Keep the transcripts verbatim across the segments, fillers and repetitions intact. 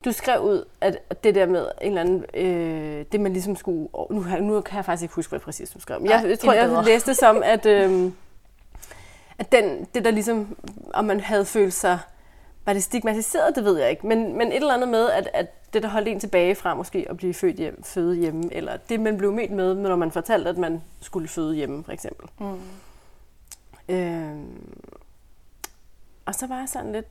Du skrev ud, at det der med en eller anden, øh, det man ligesom skulle, nu, nu kan jeg faktisk ikke huske, hvad præcis du skrev, men jeg, jeg tror, jeg læste som, at, øh, at den, det der ligesom, om man havde følt sig, var det stigmatiseret, det ved jeg ikke, men, men et eller andet med, at, at det der holdt en tilbage fra måske at blive født hjem, føde hjemme, eller det man blev mødt med, når man fortalte, at man skulle føde hjemme, for eksempel. Mm. Øh, og så var jeg sådan lidt,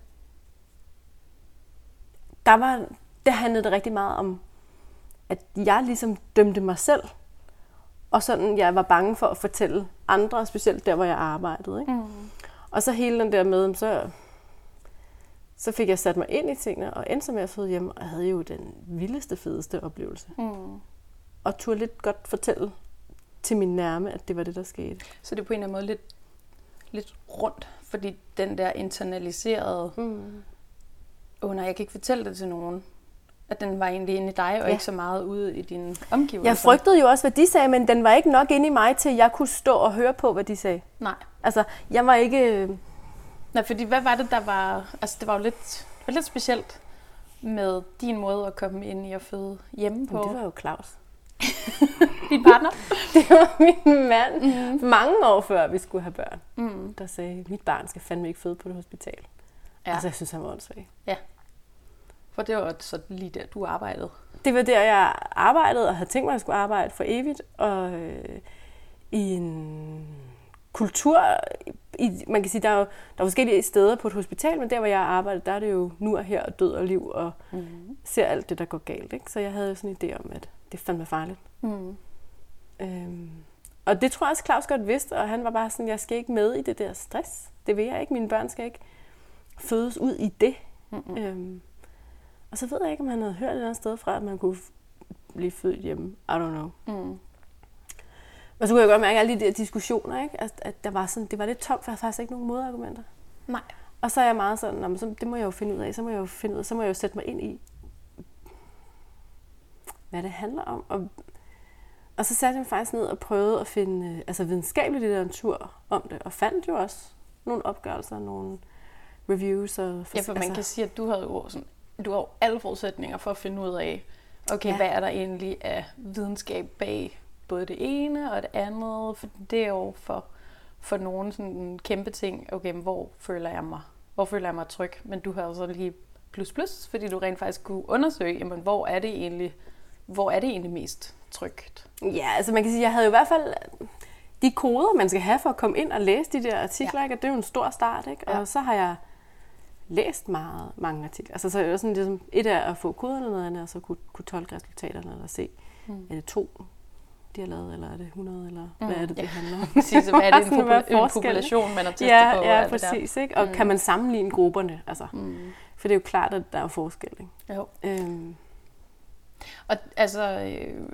der var, det handlede det rigtig meget om, at jeg ligesom dømte mig selv, og sådan, jeg var bange for at fortælle andre, specielt der, hvor jeg arbejdede. Ikke? Mm. Og så hele den der med, så, så fik jeg sat mig ind i tingene, og endte med at føde hjemme, og jeg havde jo den vildeste, fedeste oplevelse. Mm. Og turde lidt godt fortælle til min nærme, at det var det, der skete. Så det er på en eller anden måde lidt, lidt rundt, fordi den der internaliserede, mm. åh oh, nej, jeg kan ikke fortælle det til nogen, at den var egentlig inde i dig, og ja. Ikke så meget ude i dine omgivelser. Jeg frygtede jo også, hvad de sagde, men den var ikke nok inde i mig, til jeg kunne stå og høre på, hvad de sagde. Nej. Altså, jeg var ikke... Nej, fordi hvad var det, der var... Altså, det var jo lidt, var lidt specielt med din måde at komme ind i at føde hjemme på. Men det var jo Claus. Din partner? Det var min mand. Mm. Mange år før vi skulle have børn. Mm. Der sagde, mit barn skal fandme ikke føde på det hospital. Ja. Altså, jeg synes, han var åndssvag. Ja. For det var så lige der, du arbejdede. Det var der, jeg arbejdede, og havde tænkt mig, at jeg skulle arbejde for evigt. Og øh, i en kultur... I, man kan sige, der er jo der er forskellige steder på et hospital, men der, hvor jeg arbejdede, der er det jo nu og her, og død og liv, og mm. ser alt det, der går galt. Ikke? Så jeg havde jo sådan en idé om, at det fandme farligt. Mm. Øhm, og det tror jeg også, Claus godt vidste, og han var bare sådan, jeg skal ikke med i det der stress. Det vil jeg ikke. Mine børn skal ikke fødes ud i det. Mm-hmm. Øhm, og så ved jeg ikke, om han havde hørt et eller andet sted fra, at man kunne blive født hjemme. I don't know. Mm. Og så kunne jeg godt mærke alle de der diskussioner, ikke? At, at der var sådan, det var lidt tomt, for jeg havde faktisk ikke nogen modargumenter. Nej. Og så er jeg meget sådan, så det må jeg jo finde ud af, så må jeg jo finde ud af, så må jeg jo sætte mig ind i, hvad det handler om. Og, og så satte jeg mig faktisk ned og prøvede at finde altså videnskabelig litteratur om det, og fandt jo også nogle opgørelser, nogle reviews. Og ja, for man altså, kan sige, at du havde jo sådan, du har jo alle forudsætninger for at finde ud af, okay, ja. Hvad er der egentlig af videnskab bag både det ene og det andet, for det er jo for, for nogen sådan en kæmpe ting, okay, hvor føler jeg mig, hvor føler jeg mig tryg, men du har jo så lige plus plus, fordi du rent faktisk kunne undersøge, jamen, hvor er det egentlig, hvor er det egentlig mest trygt? Ja, altså man kan sige, jeg havde jo i hvert fald de koder, man skal have for at komme ind og læse de der artikler, ja. Ikke? Og det er jo en stor start, ikke? Ja. Og så har jeg læst meget, mange artikler. Altså så er det sådan ligesom, et er at få koderne, noget andet, og så kunne, kunne tolke resultaterne, eller se, mm. er det to, de har lavet, eller er det hundrede, eller mm. hvad er det, det ja. handler om? Præcis, hvad er det en, popula- en population, man har testet ja, på? Ja, præcis, ikke? Og mm. kan man sammenligne grupperne, altså. Mm. For det er jo klart, at der er forskel, ikke? Jo. Øhm. Og altså, øh,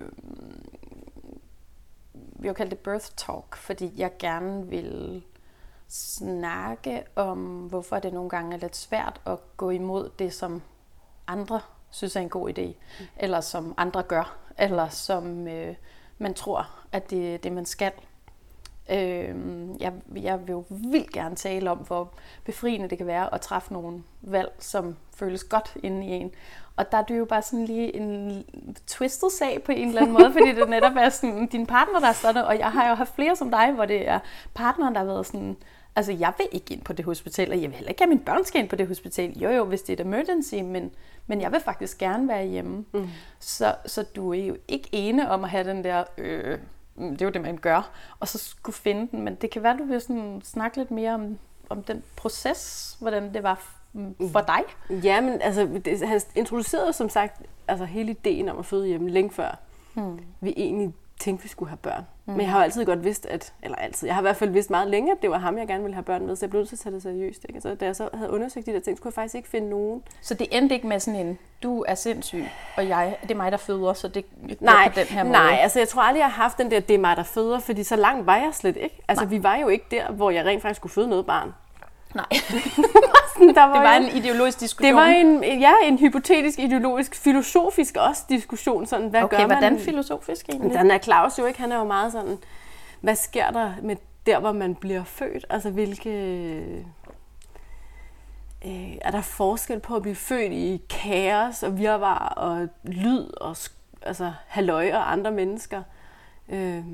vi har kaldt det birth talk, fordi jeg gerne vil snakke om, hvorfor det nogle gange er lidt svært at gå imod det, som andre synes er en god idé, mm. eller som andre gør, eller som øh, man tror, at det er det, man skal. Øh, jeg, jeg vil jo vildt gerne tale om, hvor befriende det kan være at træffe nogle valg, som føles godt inde i en. Og der er det jo bare sådan lige en twisted sag på en eller anden måde, fordi det netop er sådan din partner, der er sådan, og jeg har jo haft flere som dig, hvor det er partneren, der har været sådan, altså jeg vil ikke ind på det hospital, og jeg vil heller ikke have mine børn skal ind på det hospital. Jo jo, hvis det er et emergency, men, men jeg vil faktisk gerne være hjemme. Mm. Så, så du er jo ikke ene om at have den der, øh, det er jo det, man gør, og så skulle finde den. Men det kan være, du vil sådan snakke lidt mere om, om den proces, hvordan det var for dig. Ja, men altså, det, han introducerede som sagt altså, hele ideen om at føde hjemme længe før mm. vi egentlig tænkte, vi skulle have børn. Mm. Men jeg har jo altid godt vidst, at, eller altid, jeg har i hvert fald vidst meget længe, at det var ham, jeg gerne ville have børn med, så jeg blev nødt til at tage det seriøst. Ikke? Altså, da jeg så havde undersøgt de der ting, så kunne jeg faktisk ikke finde nogen. Så det endte ikke med sådan en, du er sindssyg, og jeg, det er mig, der føder, så det nej, på den her måde? Nej, altså jeg tror aldrig, jeg har haft den der, det er mig, der føder, fordi så langt var jeg slet ikke. Altså nej. Vi var jo ikke der, hvor jeg rent faktisk skulle føde noget barn. Nej. der var det var en ideologisk diskussion. Det var en, ja, en hypotetisk, ideologisk, filosofisk også diskussion. Sådan, hvad okay, gør man? Hvordan filosofisk egentlig? Den er Claus jo ikke. Han er jo meget sådan, hvad sker der med der, hvor man bliver født? Altså hvilke... øh, er der forskel på at blive født i kaos og virvar og lyd og altså, halløj og andre mennesker? Øh,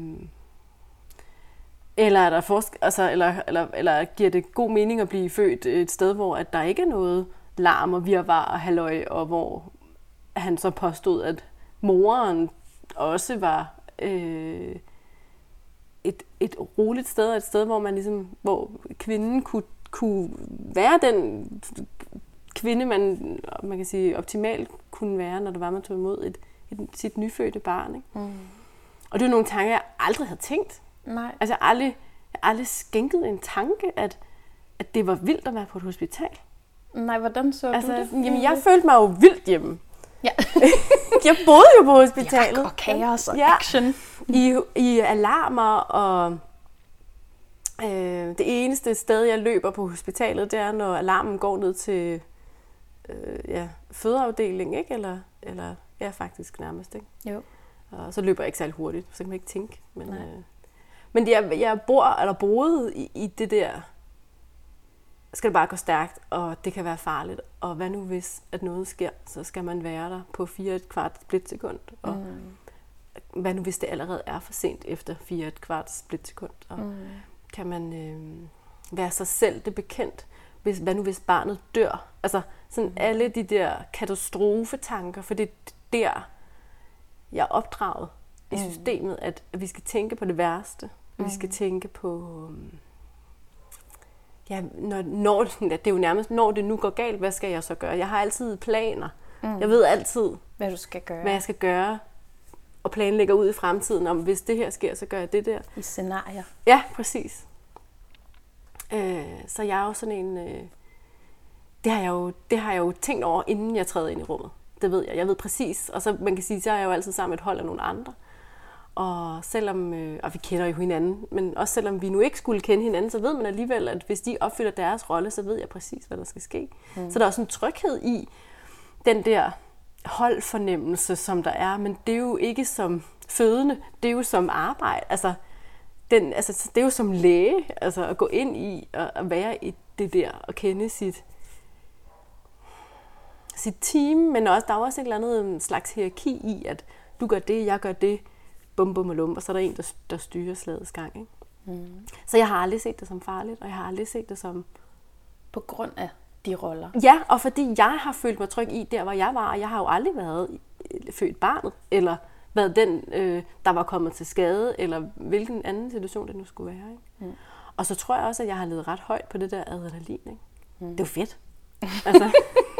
eller, er der forskel, altså, eller, eller, eller giver det god mening at blive født et sted, hvor at der ikke er noget larm og virvar og halløj, og hvor han så påstod, at moren også var øh, et, et roligt sted, et sted, hvor man ligesom, hvor kvinden kunne, kunne være den kvinde, man, man kan sige, optimalt kunne være, når det var, man tog imod et, et, sit nyfødte barn. Ikke? Mm. Og det er nogle tanker, jeg aldrig havde tænkt. Nej. Altså, jeg har aldrig, jeg har aldrig skænket en tanke, at, at det var vildt at være på et hospital. Nej, hvordan så altså, du det? Jamen, jeg følte mig jo vildt hjemme. Ja. Jeg boede jo på hospitalet. Ja, og kaos og ja. action. I, I alarmer, og øh, det eneste sted, jeg løber på hospitalet, det er, når alarmen går ned til øh, ja, fødeafdelingen, ikke? Eller, eller ja, faktisk nærmest, ikke? Jo. Og så løber jeg ikke særlig hurtigt, så kan man ikke tænke. Men, øh, men jeg, jeg bor, eller boede i, i det der, skal det bare gå stærkt, og det kan være farligt. Og hvad nu hvis, at noget sker, så skal man være der på fire et kvart splitsekund. Og mm. hvad nu hvis det allerede er for sent efter fire et kvart splitsekund? Og mm. kan man øh, være sig selv det bekendt? Hvis, hvad nu hvis barnet dør? Altså sådan mm. alle de der katastrofetanker, for det er der, jeg er opdraget i mm. systemet, at, at vi skal tænke på det værste. Mm. Vi skal tænke på... Ja, når, når, det er jo nærmest, når det nu går galt, hvad skal jeg så gøre? Jeg har altid planer. Mm. Jeg ved altid, hvad du skal gøre. Hvad jeg skal gøre. Og planlægger ud i fremtiden om, hvis det her sker, så gør jeg det der. I scenarier. Ja, præcis. Øh, så jeg er jo sådan en... Øh, det, har jeg jo, det har jeg jo tænkt over, inden jeg træder ind i rummet. Det ved jeg. Jeg ved præcis. Og så man kan sige, så er jeg jo altid sammen med et hold af nogle andre. Og selvom, øh, og vi kender jo hinanden, men også selvom vi nu ikke skulle kende hinanden, så ved man alligevel, at hvis de opfylder deres rolle, så ved jeg præcis, hvad der skal ske. Mm. Så der er også en tryghed i den der holdfornemmelse, som der er, men det er jo ikke som fødende, det er jo som arbejde. Altså, den, altså det er jo som læge, altså at gå ind i og at være i det der, og kende sit, sit team, men også, der er også et eller andet en slags hierarki i, at du gør det, jeg gør det, bum, bum og lum, og så er der en, der, der styrer slagets gang. Ikke? Mm. Så jeg har aldrig set det som farligt, og jeg har aldrig set det som... På grund af de roller? Ja, og fordi jeg har følt mig tryg i der, hvor jeg var, og jeg har jo aldrig været født barnet, eller været den, øh, der var kommet til skade, eller hvilken anden situation det nu skulle være. Ikke? Mm. Og så tror jeg også, at jeg har levet ret højt på det der adrenalin. Ikke? Mm. Det er jo fedt. Altså...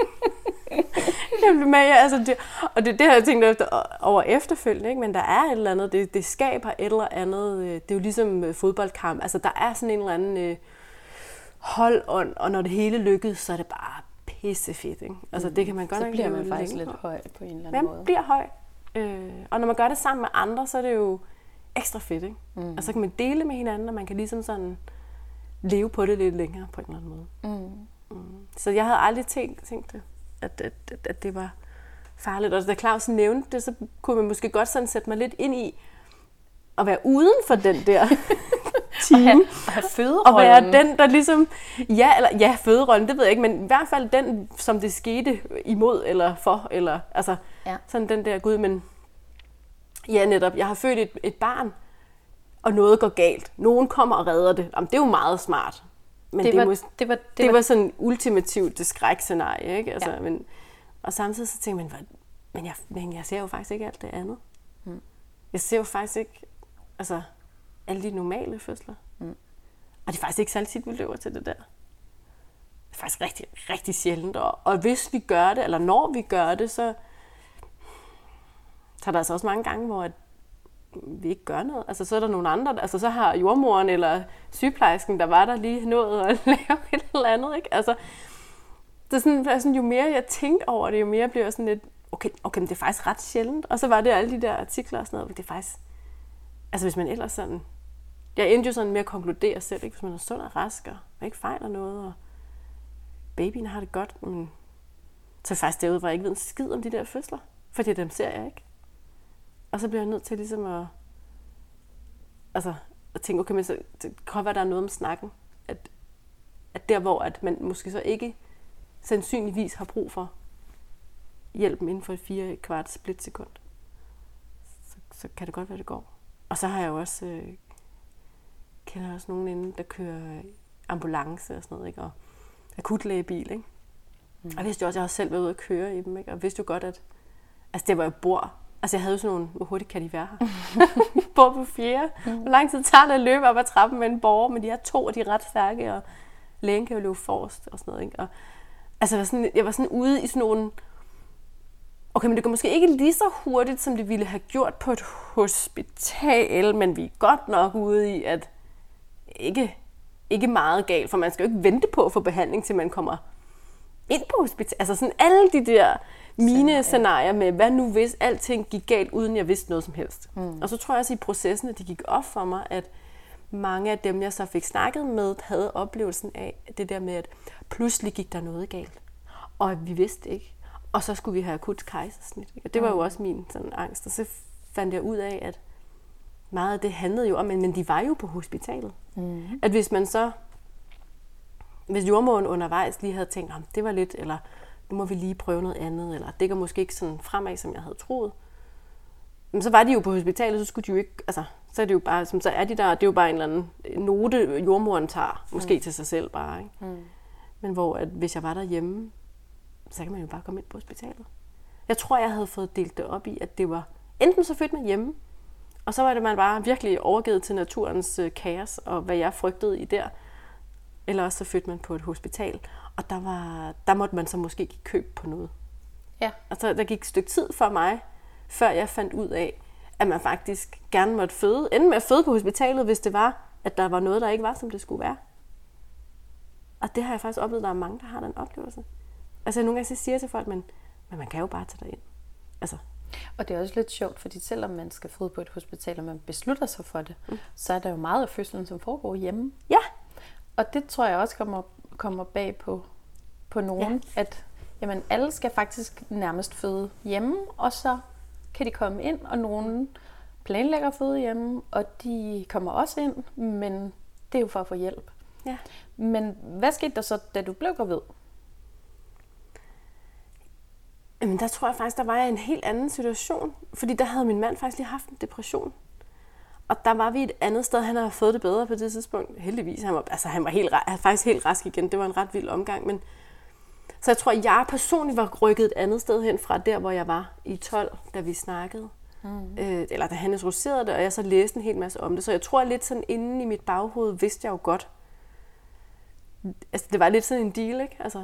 Med, altså det, og det, det har jeg tænkt efter, over efterfølgende, ikke? Men der er et eller andet, det, det skaber et eller andet, det er jo ligesom fodboldkamp, altså der er sådan en eller anden øh, holdånd, og når det hele lykkes, så er det bare pissefedt, ikke? Altså det kan man godt så nok bliver man faktisk længe. lidt høj på en eller anden man måde. Man bliver høj, øh, og når man gør det sammen med andre, så er det jo ekstra fedt, ikke? Mm. Og så kan man dele med hinanden, og man kan ligesom sådan leve på det lidt længere på en eller anden måde. Mm. Mm. Så jeg havde aldrig tænkt, tænkt det. At, at, at det var farligt. Og da Claus nævnte det, så kunne man måske godt sådan sætte mig lidt ind i at være uden for den der team. Og have, og have føderollen. Og være den, der ligesom... Ja, eller, ja, føderollen, det ved jeg ikke, men i hvert fald den, som det skete imod eller for. Eller, altså, ja. Sådan den der Gud, men... Ja, netop. Jeg har født et, et barn, og noget går galt. Nogen kommer og redder det. Jamen, det er jo meget smart. Men det, det, var, mås- det, var, det, det var, var sådan ultimativt det skrækscenarie, ikke? Altså, ja. men, og samtidig så tænker man, men jeg, men jeg ser jo faktisk ikke alt det andet. Mm. Jeg ser jo faktisk ikke altså, alle de normale fødsler. Mm. Og det er faktisk ikke særlig tit, vi løber til det der. Det er faktisk rigtig, rigtig sjældent. Og, og hvis vi gør det, eller når vi gør det, så, så er der altså også mange gange, hvor at, vi ikke gør noget. Altså så er der nogle andre, altså så har jordmoren eller sygeplejersken, der var der lige nået at lave et eller andet, ikke? Altså, det er sådan, altså, jo mere jeg tænkte over det, jo mere blev jeg sådan lidt, okay, okay, men det er faktisk ret sjældent. Og så var det alle de der artikler og sådan noget, men det er faktisk, altså hvis man ellers sådan, jeg endte jo sådan med at konkludere selv, ikke? Hvis man er sund og rask, og ikke fejler noget, og babyen har det godt, men så faktisk derude, hvor jeg ikke ved en skid om de der fødsler, fordi dem ser jeg ikke. Og så bliver jeg nødt til ligesom at, altså, at tænke, okay, men så det kan godt være, der er noget om snakken. At, at der, hvor at man måske så ikke sandsynligvis har brug for hjælpen inden for et fire kvart splitsekund, så, så kan det godt være, det går. Og så har jeg jo også, øh, kender også nogen inden, der kører ambulance og sådan noget, ikke? Og akutlægebil, ikke? Mm. Og jeg vidste jo også, at jeg har selv været ude at køre i dem, ikke? Og vidste jo godt, at altså det var jeg bor. Altså jeg havde jo sådan nogle, hvor hurtigt kan de være her? Bor på fjerde. Mm. Hvor lang tid tager det at løbe op ad trappen med en borger, men de er to, og de er ret stærke, og lægen kan jo løbe forrest og sådan noget, ikke? Og altså jeg var sådan, jeg var sådan ude i sådan nogle, okay, men det går måske ikke lige så hurtigt, som det ville have gjort på et hospital, men vi er godt nok ude i, at ikke, ikke meget galt, for man skal jo ikke vente på at få behandling, til man kommer ind på hospital. Altså sådan alle de der mine scenarier med, hvad nu hvis alting gik galt, uden jeg vidste noget som helst. Mm. Og så tror jeg også i processen, at det gik op for mig, at mange af dem, jeg så fik snakket med, havde oplevelsen af det der med, at pludselig gik der noget galt. Og vi vidste ikke. Og så skulle vi have akut kejsersnit. Og det var jo også min sådan, angst. Og så fandt jeg ud af, at meget af det handlede jo om, men de var jo på hospitalet. Mm. At hvis man så, hvis jordemoderen undervejs lige havde tænkt, om det var lidt, eller nu må vi lige prøve noget andet, eller det går måske ikke sådan fremad, som jeg havde troet. Men så var de jo på hospitalet, så skulle de jo ikke, altså, så er det jo bare, som så er de der, det er jo bare en eller anden note, jordemoderen tager, måske mm. til sig selv bare, ikke? Mm. Men hvor, at hvis jeg var derhjemme, så kan man jo bare komme ind på hospitalet. Jeg tror, jeg havde fået delt det op i, at det var, enten så fødte man hjemme, og så var det man bare virkelig overgivet til naturens øh, kaos, og hvad jeg frygtede i der, eller også så fødte man på et hospital, og der, var, der måtte man så måske give køb på noget. Ja. Altså, der gik et stykke tid for mig, før jeg fandt ud af, at man faktisk gerne måtte føde, ende med at føde på hospitalet, hvis det var, at der var noget, der ikke var, som det skulle være. Og det har jeg faktisk oplevet, at der er mange, der har den oplevelse. Altså, nogle gange så siger jeg til folk, men, men man kan jo bare tage dig ind. Altså. Og det er også lidt sjovt, fordi selvom man skal føde på et hospital, og man beslutter sig for det, mm. så er der jo meget af fødslen, som foregår hjemme. Ja. Og det tror jeg også kommer, kommer bag på, på nogen, ja. At jamen, alle skal faktisk nærmest føde hjemme, og så kan de komme ind, og nogen planlægger at føde hjemme, og de kommer også ind, men det er jo for at få hjælp. Ja. Men hvad skete der så, da du blev gravid? Jamen, der tror jeg faktisk, der var jeg i en helt anden situation. Fordi der havde min mand faktisk lige haft en depression. Og der var vi et andet sted. Han havde fået det bedre på det tidspunkt. Heldigvis. Han var, altså, han var helt, han faktisk helt rask igen. Det var en ret vild omgang. Men så jeg tror, at jeg personligt var rykket et andet sted hen fra der, hvor jeg var i tolv, da vi snakkede. Mm. Øh, eller da han introducerede det, og jeg så læste en hel masse om det. Så jeg tror lidt sådan inde i mit baghoved, vidste jeg jo godt. Altså, det var lidt sådan en deal, ikke? Altså,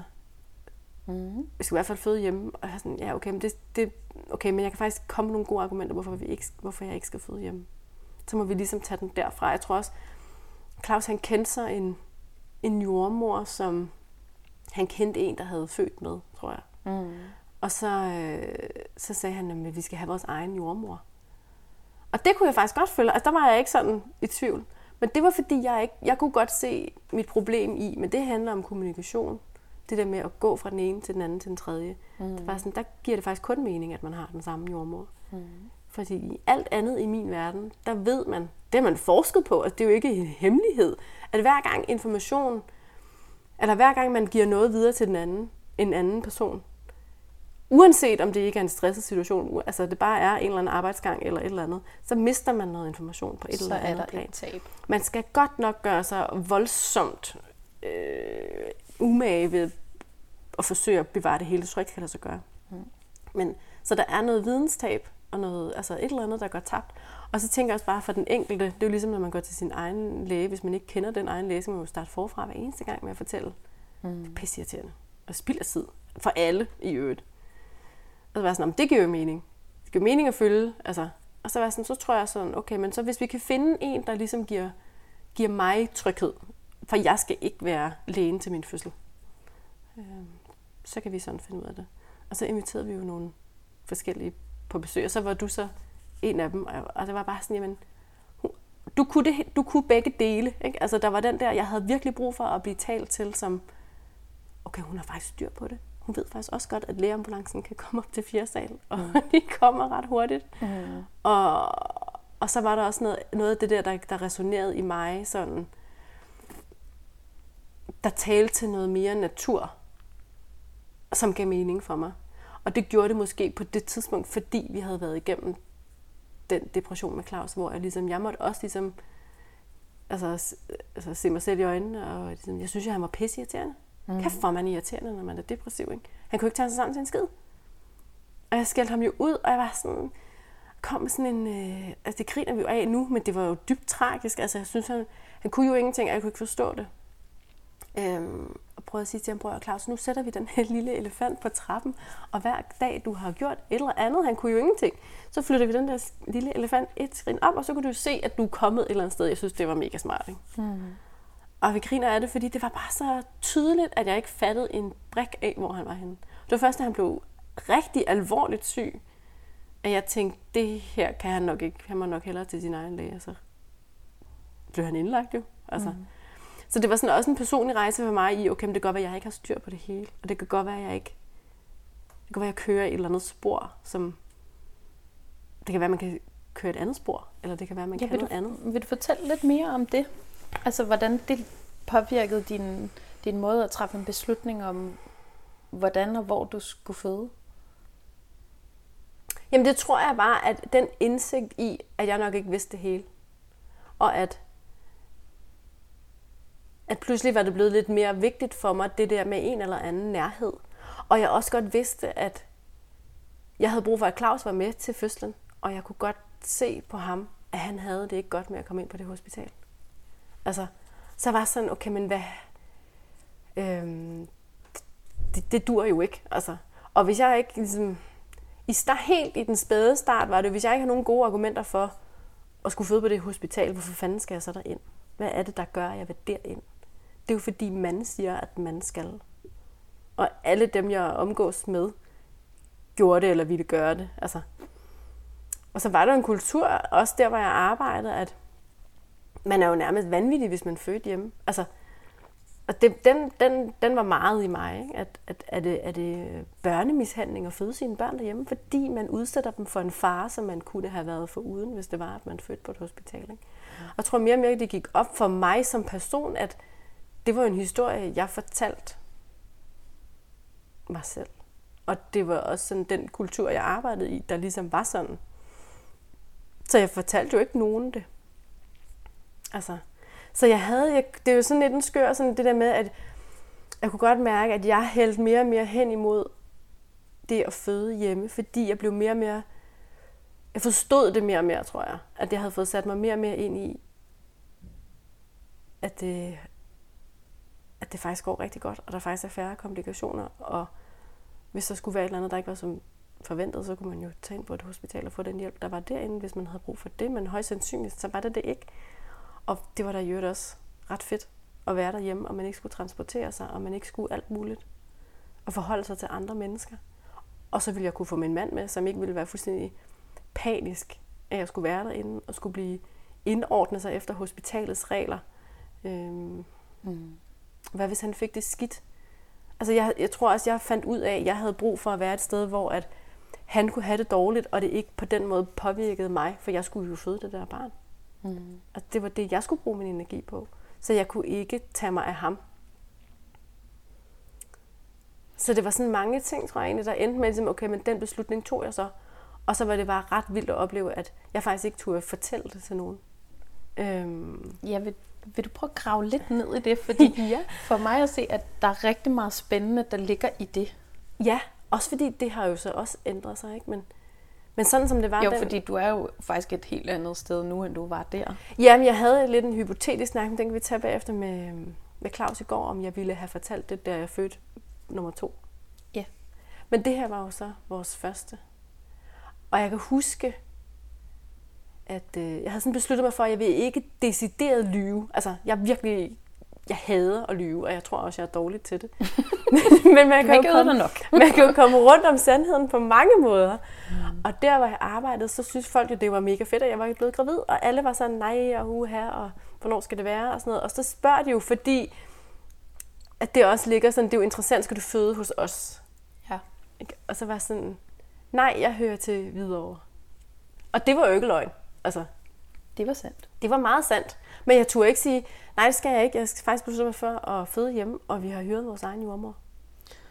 mm. vi skulle i hvert fald føde hjemme. Og jeg sådan, ja, okay, men, det, det, okay, men jeg kan faktisk komme med nogle gode argumenter, hvorfor, vi ikke, hvorfor jeg ikke skal føde hjemme. Så må vi ligesom tage den derfra. Jeg tror også, Claus han kendte sig en, en jordmor, som han kendte en, der havde født med, tror jeg. Mm. Og så, øh, så sagde han, at vi skal have vores egen jordmor. Og det kunne jeg faktisk godt føle. Altså der var jeg ikke sådan i tvivl. Men det var fordi, jeg ikke, jeg kunne godt se mit problem i, men det handler om kommunikation. Det der med at gå fra den ene til den anden til den tredje. Mm. Det var sådan, der giver det faktisk kun mening, at man har den samme jordmor. Mm. Fordi i alt andet i min verden, der ved man, det har man forsket på, altså det er jo ikke en hemmelighed, at hver gang information, eller hver gang man giver noget videre til den anden, en anden person, uanset om det ikke er en stresset situation, altså det bare er en eller anden arbejdsgang eller et eller andet, så mister man noget information på et så eller andet er der plan. Et tab. Man skal godt nok gøre sig voldsomt øh, umage ved at forsøge at bevare det hele, det tror jeg ikke kan lade sig gøre. Mm. Men, så der er noget videnstab, og noget, altså et eller andet, der går tabt. Og så tænker jeg også bare for den enkelte, det er jo ligesom, når man går til sin egen læge, hvis man ikke kender den egen læge, så må man jo starte forfra hver eneste gang med at fortælle. Mm. Det er pisseirriterende. Og spild af tid. For alle i øvrigt. Og så var jeg sådan, det giver jo mening. Det giver mening at følge. Altså. Og så var jeg sådan, så tror jeg sådan, okay, men så hvis vi kan finde en, der ligesom giver, giver mig tryghed, for jeg skal ikke være lægen til min fødsel, øh, så kan vi sådan finde ud af det. Og så inviterede vi jo nogle forskellige på besøg, og så var du så en af dem, og det var bare sådan, jamen, du kunne, det, du kunne begge dele, ikke? Altså der var den der, jeg havde virkelig brug for at blive talt til, som, okay, hun har faktisk styr på det. Hun ved faktisk også godt, at lægeambulancen kan komme op til fjerde sal, og mm. de kommer ret hurtigt. Mm. Og, og så var der også noget, noget af det der, der, der resonerede i mig, sådan, der talte til noget mere natur. som gav mening for mig. Og det gjorde det måske på det tidspunkt, fordi vi havde været igennem den depression med Claus, hvor jeg ligesom, jeg måtte også ligesom, altså, altså se mig selv i øjnene, og ligesom, jeg synes, at han var pisseirriterende. Mm. Kæft, hvor man irriterende, når man er depressiv, ikke? Han kunne ikke tage sig sammen til en skid. Og jeg skældte ham jo ud, og jeg var sådan, kom med sådan en, øh, altså det griner vi jo af nu, men det var jo dybt tragisk. Altså jeg synes, han, han kunne jo ingenting, og jeg kunne ikke forstå det. Øhm, og prøvede at sige til ham, bror Claus, nu sætter vi den her lille elefant på trappen, og hver dag, du har gjort et eller andet, han kunne jo ingenting, så flytter vi den der lille elefant et skridt op, og så kunne du se, at du er kommet et eller andet sted. Jeg synes, det var mega smart, ikke? Mm. Og vi griner af det, fordi det var bare så tydeligt, at jeg ikke fattede en brik af, hvor han var henne. Det var først, da han blev rigtig alvorligt syg, at jeg tænkte, det her kan han nok ikke, han må nok hellere til sin egen læge, og så blev han indlagt jo. Altså. Mm. Så det var sådan også en personlig rejse for mig i, okay, men det kan godt være, at jeg ikke har styr på det hele, og det kan godt være, at jeg ikke, det kan være, at jeg kører et eller andet spor, som, det kan være, at man kan køre et andet spor, eller det kan være, at man ja, kan noget du, andet. Vil du fortælle lidt mere om det? Altså, hvordan det påvirkede din, din måde at træffe en beslutning om, hvordan og hvor du skulle føde? Jamen det tror jeg bare, at den indsigt i, at jeg nok ikke vidste det hele. Og at, at pludselig var det blevet lidt mere vigtigt for mig, det der med en eller anden nærhed. Og jeg også godt vidste, at jeg havde brug for, at Claus var med til fødslen. Og jeg kunne godt se på ham, at han havde det ikke godt med at komme ind på det hospital. Altså, så var sådan, okay, men hvad... Øhm, det, det dur jo ikke, altså. Og hvis jeg ikke ligesom... I start, helt i den spæde start var det, hvis jeg ikke har nogen gode argumenter for at skulle føde på det hospital, hvorfor fanden skal jeg så derind? Hvad er det, der gør, at jeg vil derind? Det er jo fordi, man siger, at man skal. Og alle dem, jeg omgås med, gjorde det eller ville gøre det. Altså. Og så var der en kultur, også der, hvor jeg arbejdede, at man er jo nærmest vanvittig, hvis man fødte hjemme. Altså, og det, den, den, den var meget i mig, ikke? At, at, at, det, at det børnemishandling at føde sine børn derhjemme, fordi man udsætter dem for en fare, som man kunne have været foruden, hvis det var, at man fødte på et hospital. Ikke? Og jeg tror mere og mere, det gik op for mig som person, at det var en historie, jeg fortalte mig selv. Og det var også sådan den kultur, jeg arbejdede i, der ligesom var sådan. Så jeg fortalte jo ikke nogen det. Altså... Så jeg havde, jeg, det er jo sådan lidt en skør, sådan det der med, at jeg kunne godt mærke, at jeg hældte mere og mere hen imod det at føde hjemme, fordi jeg blev mere og mere, jeg forstod det mere og mere, tror jeg, at jeg havde fået sat mig mere og mere ind i, at det, at det faktisk går rigtig godt, og der faktisk er færre komplikationer, og hvis der skulle være et eller andet, der ikke var som forventet, så kunne man jo tage ind på et hospital og få den hjælp, der var derinde, hvis man havde brug for det, men højst sandsynligt, så var det det ikke. Og det var der jo også ret fedt at være derhjemme, og man ikke skulle transportere sig, og man ikke skulle alt muligt. Og forholde sig til andre mennesker. Og så ville jeg kunne få min mand med, som ikke ville være fuldstændig panisk, at jeg skulle være derinde, og skulle blive indordnet sig efter hospitalets regler. Øhm, mm. Hvad hvis han fik det skidt? Altså jeg, jeg tror også, jeg fandt ud af, at jeg havde brug for at være et sted, hvor at han kunne have det dårligt, og det ikke på den måde påvirkede mig, for jeg skulle jo føde det der barn. Mm. Og det var det, jeg skulle bruge min energi på. Så jeg kunne ikke tage mig af ham. Så det var sådan mange ting, tror jeg egentlig, der endte med, ligesom, okay, men den beslutning tog jeg så. Og så var det bare ret vildt at opleve, at jeg faktisk ikke turde fortælle det til nogen. Øhm. Ja, vil, vil du prøve at grave lidt ned i det? Fordi ja. For mig at se, at der er rigtig meget spændende, der ligger i det. Ja, også fordi det har jo så også ændret sig, ikke? Men Men sådan som det var... Jo, den... fordi du er jo faktisk et helt andet sted nu, end du var der. Jamen, jeg havde lidt en hypotetisk snak, den kan vi tage bagefter med, med Claus i går, om jeg ville have fortalt det, da jeg fødte nummer to. Ja. Men det her var jo så vores første. Og jeg kan huske, at øh, jeg havde sådan besluttet mig for, at jeg vil ikke decideret lyve. Altså, jeg virkelig... Jeg hader at lyve, og jeg tror også, jeg er dårlig til det. Men man kan, jo komme, nok. man kan jo komme rundt om sandheden på mange måder. Mm. Og der, hvor jeg arbejdede, så synes folk, at det var mega fedt, at jeg var blevet gravid. Og alle var sådan, nej, og uha, og hvornår skal det være, og sådan noget. Og så spørger de jo, fordi at det også ligger sådan, det er jo interessant, skal du føde hos os? Ja. Og så var sådan, nej, jeg hører til Hvidovre. Og det var jo ikke løgn. Altså, det var sandt. Det var meget sandt. Men jeg turde ikke sige, nej, det skal jeg ikke. Jeg skal faktisk beslutte mig for at føde hjemme, og vi har hyret vores egen jordmor.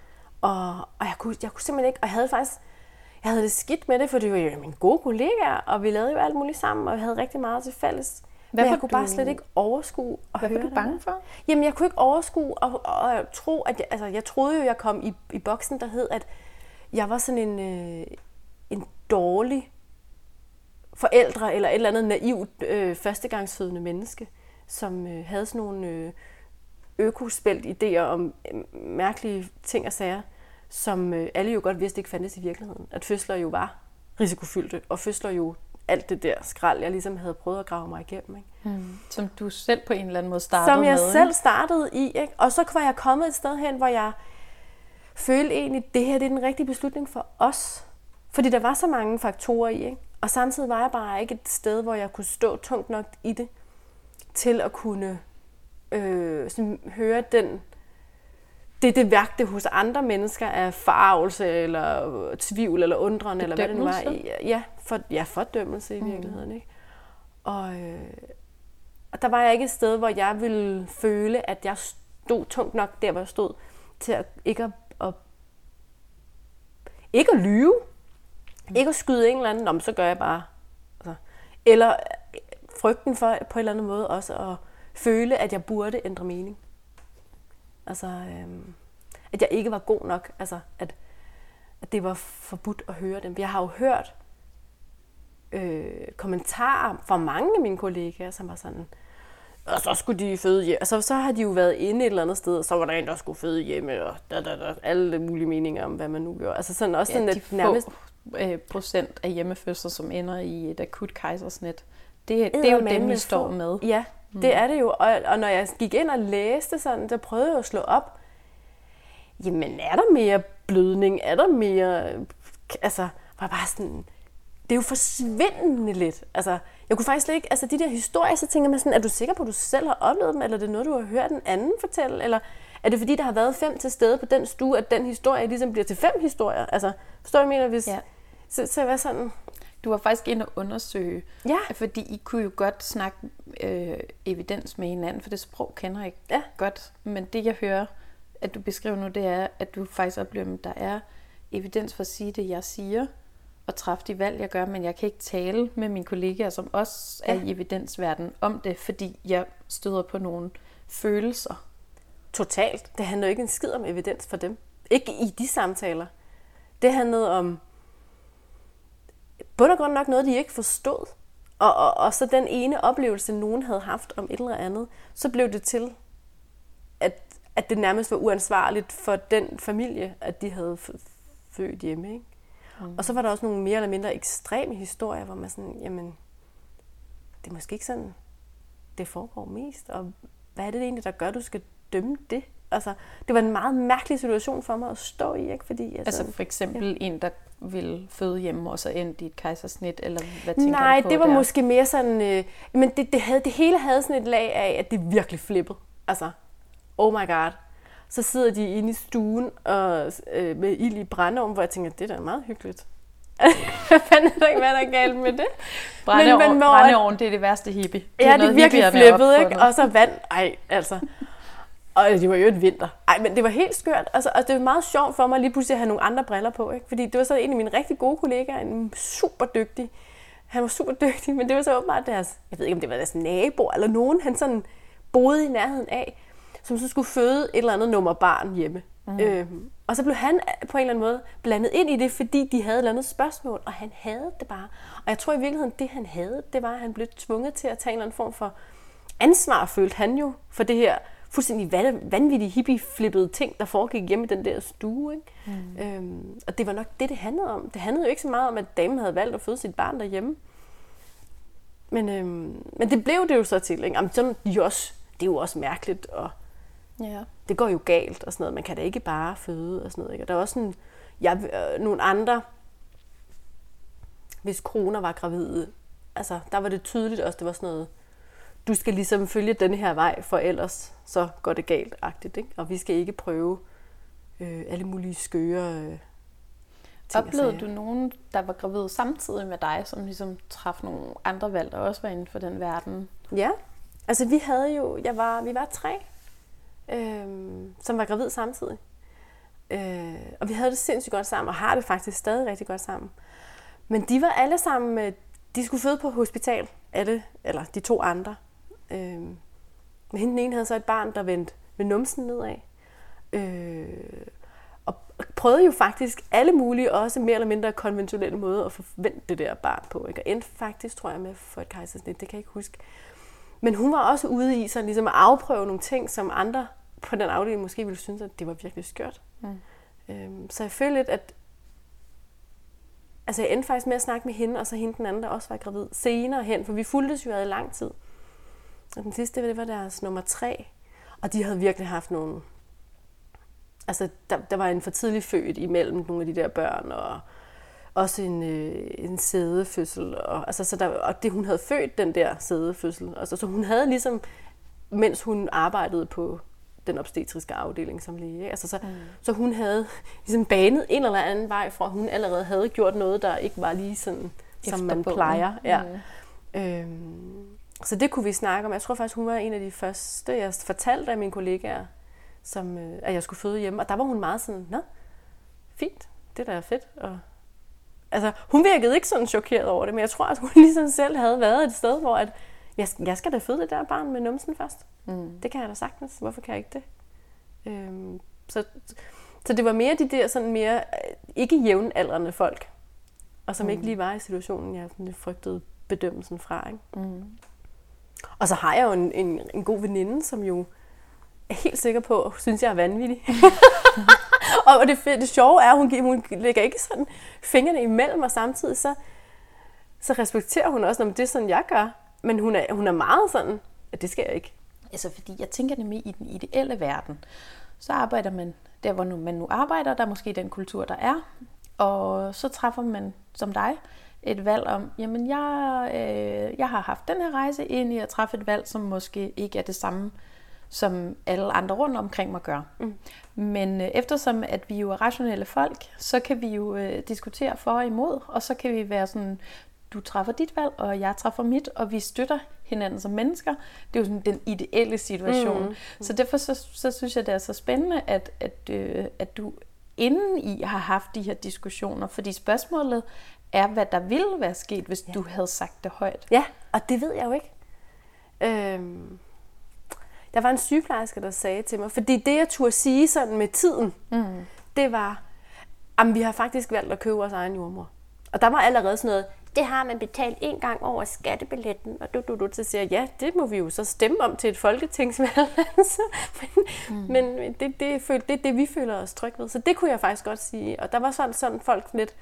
Og, og jeg, kunne, jeg kunne simpelthen ikke, og jeg havde faktisk, jeg havde det skidt med det, for det var jo mine gode kollegaer, og vi lavede jo alt muligt sammen, og vi havde rigtig meget til fælles. Men jeg kunne du... bare slet ikke overskue at Hvad høre var du bange for? Jamen, jeg kunne ikke overskue og, og, og tro, at jeg, altså, jeg troede jo, jeg kom i, i boksen, der hed, at jeg var sådan en, øh, en dårlig forældre, eller et eller andet naivt øh, førstegangsfødende menneske, som øh, havde sådan nogle øh, økospældt idéer om øh, mærkelige ting og sager, som øh, alle jo godt vidste ikke fandtes i virkeligheden. At fødsler jo var risikofyldte, og fødsler jo alt det der skrald, jeg ligesom havde prøvet at grave mig igennem. Ikke? Mm. Som du selv på en eller anden måde startede med. Som jeg med, selv startede i. Ikke? Og så var jeg kommet et sted hen, hvor jeg følte egentlig, at det her det er den rigtige beslutning for os. Fordi der var så mange faktorer i. Ikke? Og samtidig var jeg bare ikke et sted, hvor jeg kunne stå tungt nok i det, til at kunne øh, sådan, høre den, det, det værkte hos andre mennesker af forarvelse, eller tvivl, eller undren, eller hvad det nu var. Ja, for, ja, fordømmelse i virkeligheden. Mm. Ikke? Og, øh, og der var jeg ikke et sted, hvor jeg ville føle, at jeg stod tungt nok der, hvor jeg stod, til at ikke at, at, ikke at lyve. Mm. Ikke at skyde en eller anden, Nå, så gør jeg bare. Altså, eller frygten for på en eller anden måde også at føle, at jeg burde ændre mening. Altså, øhm, at jeg ikke var god nok. Altså, at, at det var forbudt at høre dem. Jeg har jo hørt øh, kommentarer fra mange af mine kollegaer, som var sådan, og så skulle de føde hjemme. Altså, så har de jo været inde et eller andet sted, og så var der en, der skulle føde hjemme, og da, da, da, alle mulige meninger om, hvad man nu gjorde. Altså sådan også ja, sådan, de at få nærmest øh, procent af hjemmefødsler, som ender i et akut kejsersnit. Det, det er jo dem, vi står med. Ja, det mm. er det jo. Og, og når jeg gik ind og læste sådan, så prøvede jeg at slå op. Jamen, er der mere blødning? Er der mere... Altså, var bare sådan... Det er jo forsvindende lidt. Altså, jeg kunne faktisk ikke... Altså, de der historier, så tænker man sådan, er du sikker på, at du selv har oplevet dem? Eller er det noget, du har hørt en anden fortælle? Eller er det fordi, der har været fem til stede på den stue, at den historie ligesom bliver til fem historier? Altså, forstår jeg, mener, hvis... Ja. Så, så var sådan... Du var faktisk inde og undersøge, ja. Fordi I kunne jo godt snakke øh, evidens med hinanden, for det sprog kender jeg ikke ja. godt. Men det, jeg hører, at du beskriver nu, det er, at du faktisk oplever, at der er evidens for at sige det, jeg siger, og træffe de valg, jeg gør, men jeg kan ikke tale med mine kollegaer, som også ja. er i evidensverdenen om det, fordi jeg støder på nogle følelser. Totalt. Det handler jo ikke en skid om evidens for dem. Ikke i de samtaler. Det handlede om bund og grund nok noget, de ikke forstod. Og, og, og så den ene oplevelse, nogen havde haft om et eller andet, så blev det til, at, at det nærmest var uansvarligt for den familie, at de havde født hjemme. Ikke? Mm. Og så var der også nogle mere eller mindre ekstreme historier, hvor man sådan, jamen, det er måske ikke sådan, det foregår mest. Og hvad er det egentlig, der gør, at du skal dømme det? Altså, det var en meget mærkelig situation for mig at stå i, ikke? Fordi, altså, altså for eksempel ja. en, der vil føde hjemme og så endte i et kejsersnit, eller hvad tænker Nej, du på det var der? måske mere sådan, øh, men det, det, havde, det hele havde sådan et lag af, at det virkelig flippede. Altså, oh my god. Så sidder de inde i stuen og, øh, med ild i brændeovnen, hvor jeg tænker, det er da meget hyggeligt. Hvad fanden er der ikke, hvad der er galt med det? Brændeovn, brændeovn, det er det værste hippie. Det ja, det er virkelig flippet, ikke? Og så vand. Ej, altså. Og det var jo et vinter. Ej, men det var helt skørt. Altså, og det var meget sjovt for mig lige pludselig at have nogle andre briller på, ikke? Fordi det var så en af mine rigtig gode kollegaer, en super dygtig. Han var super dygtig, men det var så åbenbart deres, jeg ved ikke om det var deres nabo eller nogen, han sådan boede i nærheden af, som så skulle føde et eller andet nummer barn hjemme. Mm. Øhm, og så blev han på en eller anden måde blandet ind i det, fordi de havde et eller andet spørgsmål, og han havde det bare. Og jeg tror i virkeligheden, det han havde, det var, at han blev tvunget til at tage en eller anden form for ansvar, følte han jo, for det her fuldstændig vanvittige hippie-flippede ting, der foregik hjemme i den der stue. Ikke? Mm. Øhm, og det var nok det, det handlede om. Det handlede jo ikke så meget om, at damen havde valgt at føde sit barn derhjemme. Men, øhm, men det blev det jo så til. Ikke? Jamen, sådan, det, er jo også, det er jo også mærkeligt, og ja. det går jo galt og sådan noget. Man kan da ikke bare føde og sådan noget. Ikke? Og der var også sådan, ja, øh, nogle andre, hvis kroner var gravide, altså, der var det tydeligt også, det var sådan noget, du skal ligesom følge den her vej, for ellers så går det galt-agtigt, ikke? Og vi skal ikke prøve øh, alle mulige skøre øh, ting. Oplevede du nogen, der var gravid samtidig med dig, som ligesom traf nogle andre valg, der også var inden for den verden? Ja, altså vi havde jo, jeg var, vi var tre, øh, som var gravid samtidig. Øh, og vi havde det sindssygt godt sammen, og har det faktisk stadig rigtig godt sammen. Men de var alle sammen, de skulle føde på hospital, alle, eller de to andre. Øh, men hende den ene havde så et barn, der vendte med numsen nedad. Øh, og prøvede jo faktisk alle mulige, også mere eller mindre konventionelle måder at få vendt det der barn på. Ikke? Og endte faktisk, tror jeg, med for et kejsersnit, det kan jeg ikke huske. Men hun var også ude i sådan, ligesom at afprøve nogle ting, som andre på den afdeling måske ville synes, at det var virkelig skørt. Mm. Øhm, så jeg følte lidt, at altså jeg endte faktisk med at snakke med hende, og så hende den anden, der også var gravid, senere hen, for vi fulgtes jo ad i lang tid. Og den sidste, det var deres nummer tre, og de havde virkelig haft nogle... Altså, der, der var en for tidlig født imellem nogle af de der børn, og også en, øh, en sædefødsel. Og, altså, så der, og det, hun havde født, den der sædefødsel. Altså, så hun havde ligesom, mens hun arbejdede på den obstetriske afdeling som læge. Altså, så, mm. så hun havde ligesom banet en eller anden vej fra, at hun allerede havde gjort noget, der ikke var lige sådan, som man plejer. Ja. Mm. Øhm, så det kunne vi snakke om. Jeg tror faktisk, hun var en af de første, jeg fortalte af mine kollegaer, som, øh, at jeg skulle føde hjemme. Og der var hun meget sådan, nå, fint, det der er fedt. Og, altså, hun virkede ikke sådan chokeret over det, men jeg tror, at hun ligesom selv havde været et sted, hvor at, jeg, jeg skal da føde det der barn med numsen først. Mm. Det kan jeg da sagtens. Hvorfor kan jeg ikke det? Øhm, så, så det var mere de der sådan mere ikke jævnaldrende folk, og som mm. ikke lige var i situationen, jeg frygtede bedømmelsen fra. Ikke? Mm. Og så har jeg jo en, en, en god veninde, som jo er helt sikker på, synes jeg er vanvittig. Og det, det sjove er, at hun, hun lægger ikke sådan fingrene imellem, og samtidig så, så respekterer hun også, når det er sådan, jeg gør. Men hun er, hun er meget sådan, at det skal jeg ikke. Altså fordi jeg tænker nemlig, i den ideelle verden, så arbejder man der, hvor nu, man nu arbejder, der er måske den kultur, der er. Og så træffer man, som dig, et valg om, jamen jeg, øh, jeg har haft den her rejse ind i at træffe et valg, som måske ikke er det samme, som alle andre rundt omkring mig gør. Mm. Men øh, eftersom at vi jo er rationelle folk, så kan vi jo øh, diskutere for og imod, og så kan vi være sådan, du træffer dit valg, og jeg træffer mit, og vi støtter hinanden som mennesker. Det er jo sådan den ideelle situation. Mm. Så derfor så, så synes jeg, det er så spændende, at, at, øh, at du inden i har haft de her diskussioner, fordi spørgsmålet er, hvad der ville være sket, hvis ja. du havde sagt det højt. Ja, og det ved jeg jo ikke. Øhm, der var en sygeplejerske, der sagde til mig, fordi det, jeg turde sige sådan med tiden, mm. det var, at vi har faktisk valgt at købe vores egen jordmor. Og der var allerede sådan noget, det har man betalt en gang over skattebilletten, og du, du, du, så siger jeg, ja, det må vi jo så stemme om til et folketingsvalg. men mm. men det, det, det, det er det, vi føler os trygge ved. Så det kunne jeg faktisk godt sige. Og der var sådan, sådan folk lidt,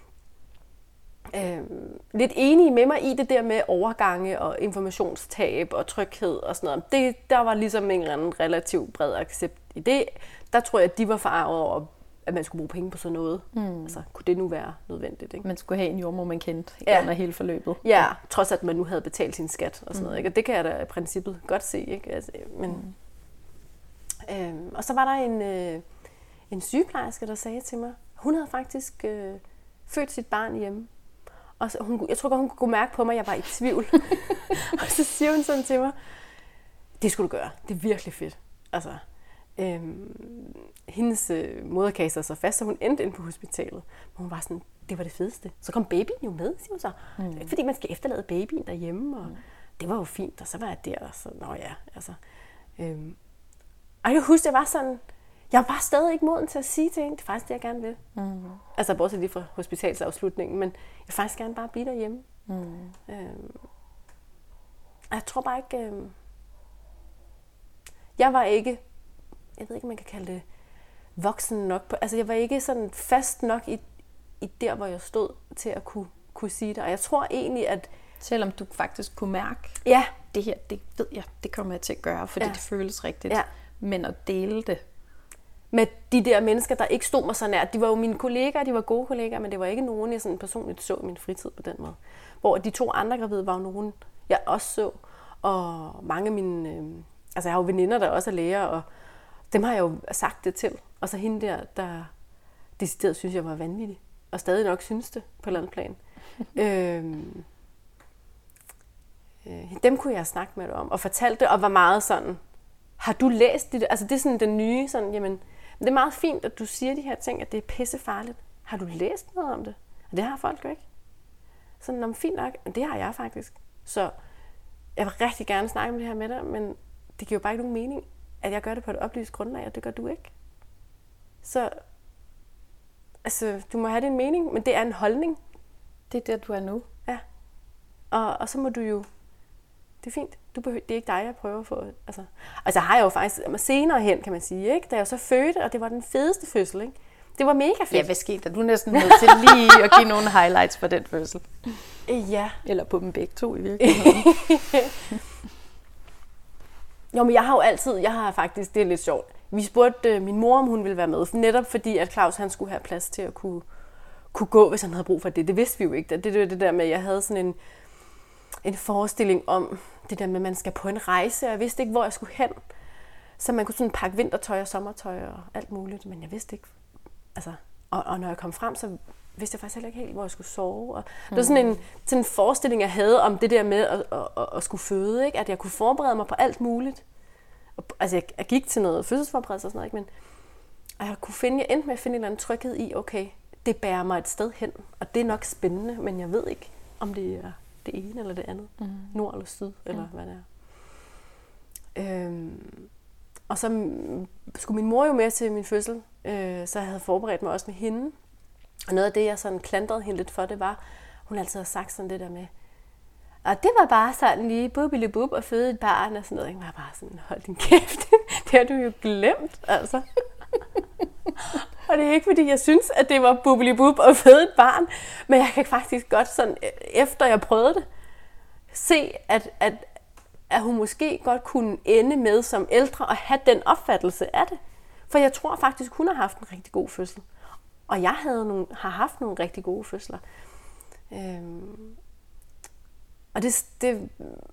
øh, lidt enige med mig i det der med overgange og informationstab og tryghed og sådan noget. Det, der var ligesom en eller anden relativt bred accept i det. Der tror jeg, at de var forarvet over, at man skulle bruge penge på sådan noget. Mm. Altså, kunne det nu være nødvendigt? Ikke? Man skulle have en jordmor, man kendte ja. under hele forløbet. Ja, trods at man nu havde betalt sin skat og sådan mm. noget. Ikke? Og det kan jeg da i princippet godt se. Ikke? Altså, men, mm. øhm, og så var der en, øh, en sygeplejerske, der sagde til mig, hun havde faktisk øh, født sit barn hjemme. Og så, hun, jeg tror godt, hun kunne mærke på mig, at jeg var i tvivl. Og så siger hun sådan til mig, det skulle du gøre. Det er virkelig fedt. Altså, Øhm, hendes øh, moderkage sig så fast, så hun endte ind på hospitalet. Men hun var sådan, det var det fedeste. Så kom babyen jo med, siger hun så. Mm. Det er ikke fordi, man skal efterlade babyen derhjemme, og mm. det var jo fint, og så var jeg der, og så, nå ja, altså. Øhm. Og jeg husker, jeg var sådan, jeg var bare stadig ikke moden til at sige til hende, det er faktisk det, jeg gerne vil. Mm. Altså, bortset lige fra hospitalsafslutningen, men jeg vil faktisk gerne bare blive derhjemme. Mm. Øhm. Jeg tror bare ikke, øhm. jeg var ikke, jeg ved ikke, om man kan kalde det voksen nok. På, altså, jeg var ikke sådan fast nok i, i der, hvor jeg stod til at kunne, kunne sige det. Og jeg tror egentlig, at selvom du faktisk kunne mærke, ja. det her, det ved jeg, det kommer jeg til at gøre, fordi ja. det føles rigtigt. Ja. Men at dele det. Med de der mennesker, der ikke stod mig så nær. De var jo mine kollegaer, de var gode kollegaer, men det var ikke nogen, jeg sådan personligt så i min fritid på den måde. Hvor de to andre gravide var jo nogen, jeg også så. Og mange af mine, øh, altså jeg har jo veninder, der også er læger, og dem har jeg jo sagt det til. Og så hende der, der decideret synes jeg var vanvittig. Og stadig nok synes det på landplan. øhm, øh, dem kunne jeg snakke med dig om. Og fortalte det, og var meget sådan, har du læst det? Altså det er sådan den nye, sådan, jamen, Men det er meget fint, at du siger de her ting, at det er pissefarligt. Har du læst noget om det? Og det har folk jo ikke. Sådan, om fint nok, det har jeg faktisk. Så jeg vil rigtig gerne snakke om det her med dig, men det giver jo bare ikke nogen mening, at jeg gør det på et oplyst grundlag, og det gør du ikke. Så altså, du må have din mening, men det er en holdning. Det er der, du er nu. Ja. Og, og så må du jo... Det er fint. Du behøver, det er ikke dig, jeg prøver at få... Altså, altså har jeg jo faktisk senere hen, kan man sige, ikke? Da jeg så fødte, og det var den fedeste fødsel, ikke? Det var mega fedt. Ja, hvad skete der? Du er næsten nødt til lige at give nogle highlights på den fødsel. Ja. Eller på dem begge to i virkeligheden. Jo, men jeg har jo altid... Jeg har faktisk... Det er lidt sjovt. Vi spurgte uh, min mor, om hun ville være med. Netop fordi, at Claus han skulle have plads til at kunne, kunne gå, hvis han havde brug for det. Det vidste vi jo ikke. Det, det var det der med, at jeg havde sådan en, en forestilling om det der med, at man skal på en rejse. Og jeg vidste ikke, hvor jeg skulle hen. Så man kunne sådan pakke vintertøj og sommertøj og alt muligt. Men jeg vidste ikke... Altså, og, og når jeg kom frem, så vidste jeg faktisk heller ikke helt, hvor jeg skulle sove. Og det var sådan en, sådan en forestilling, jeg havde om det der med at, at, at, at skulle føde. Ikke? At jeg kunne forberede mig på alt muligt. Altså, jeg, jeg gik til noget fødselsforberedelse og sådan noget, ikke? Men og jeg kunne finde, jeg endte med at finde en eller anden tryghed i, okay, det bærer mig et sted hen, og det er nok spændende, men jeg ved ikke, om det er det ene eller det andet, mm. nord eller syd, eller mm. hvad det er. Øhm, og så skulle min mor jo med til min fødsel, øh, så jeg havde forberedt mig også med hende. Og noget af det, jeg sådan klandrede hende lidt for, det var, hun altid har sagt sådan det der med, og det var bare sådan lige bubbilibub og føde et barn og sådan noget. Jeg var bare sådan, hold din kæft, det har du jo glemt, altså. Og det er ikke, fordi jeg synes, at det var bubbilibub og føde et barn, men jeg kan faktisk godt sådan, efter jeg prøvede det, se, at, at, at hun måske godt kunne ende med som ældre og have den opfattelse af det. For jeg tror faktisk, hun har haft en rigtig god fødsel. Og jeg havde nogle, har haft nogle rigtig gode fødsler. Øhm Og det, det,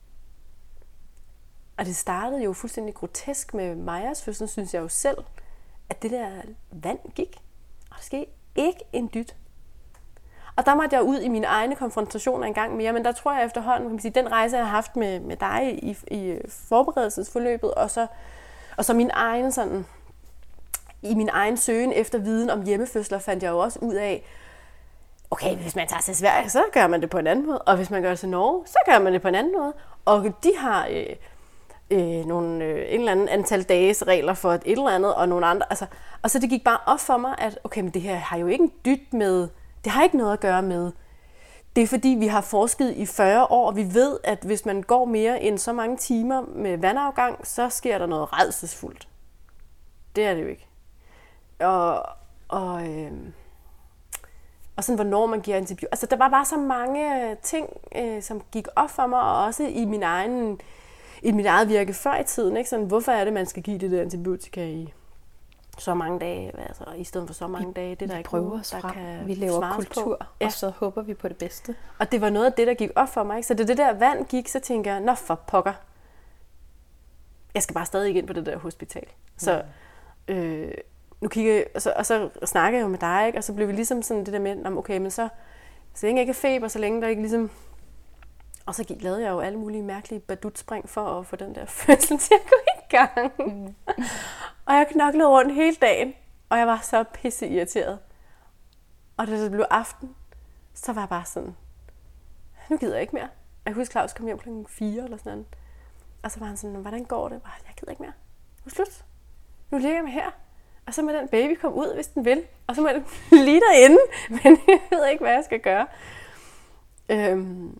og det startede jo fuldstændig grotesk med Majas fødsel, synes jeg jo selv, at det der vand gik, og der skete ikke en dyt. Og der måtte jeg ud i mine egne konfrontationer en gang mere, men der tror jeg efterhånden, kan man sige, den rejse, jeg har haft med, med dig i, i forberedelsesforløbet, og så, og så min egen sådan, i min egen søgen efter viden om hjemmefødsler, fandt jeg jo også ud af, okay, hvis man tager til Sverige, så gør man det på en anden måde. Og hvis man gør det til Norge, så gør man det på en anden måde. Og de har øh, øh, nogle, øh, en eller anden antal dages regler for et eller andet, og nogle andre. Altså, og så det gik bare op for mig, at okay, men det her har jo ikke en dyt med, det har ikke noget at gøre med. Det er fordi, vi har forsket i fyrre år, og vi ved, at hvis man går mere end så mange timer med vandafgang, så sker der noget rædselsfuldt. Det er det jo ikke. Og... og øh, Og sådan, hvornår man giver antibiotika. Altså, der var bare så mange ting, øh, som gik op for mig, og også i min egen, i mit eget virke før i tiden. Ikke? Sådan, hvorfor er det, man skal give det der antibiotika i så mange dage, altså i stedet for så mange dage? Det der vi ikke prøver nogen, os der frem. kan Vi laver kultur, på. Ja. og så håber vi på det bedste. Og det var noget af det, der gik op for mig. Ikke? Så det det der vand gik, så tænker jeg, nå for pokker. Jeg skal bare stadig ind på det der hospital. Så... Øh, Nu kigger jeg, og, så, og så snakker jeg jo med dig, ikke? Og så blev vi ligesom sådan det der med, okay, men så, så længe jeg ikke er feber, så længe der ikke ligesom... Og så gik, lavede jeg jo alle mulige mærkelige badutspring for at få den der fødsel til at gå i gang. Mm. Og jeg knoklede rundt hele dagen, og jeg var så pisse irriteret. Og da det blev aften, så var jeg bare sådan, nu gider jeg ikke mere. Jeg husker, Claus kom hjem klokken fire eller sådan noget. Og så var han sådan, hvordan går det? Jeg gider ikke mere. Nu er slut. Nu ligger jeg mig her. Og så må den baby komme ud, hvis den vil. Og så må den lige derinde. Men jeg ved ikke, hvad jeg skal gøre. Øhm.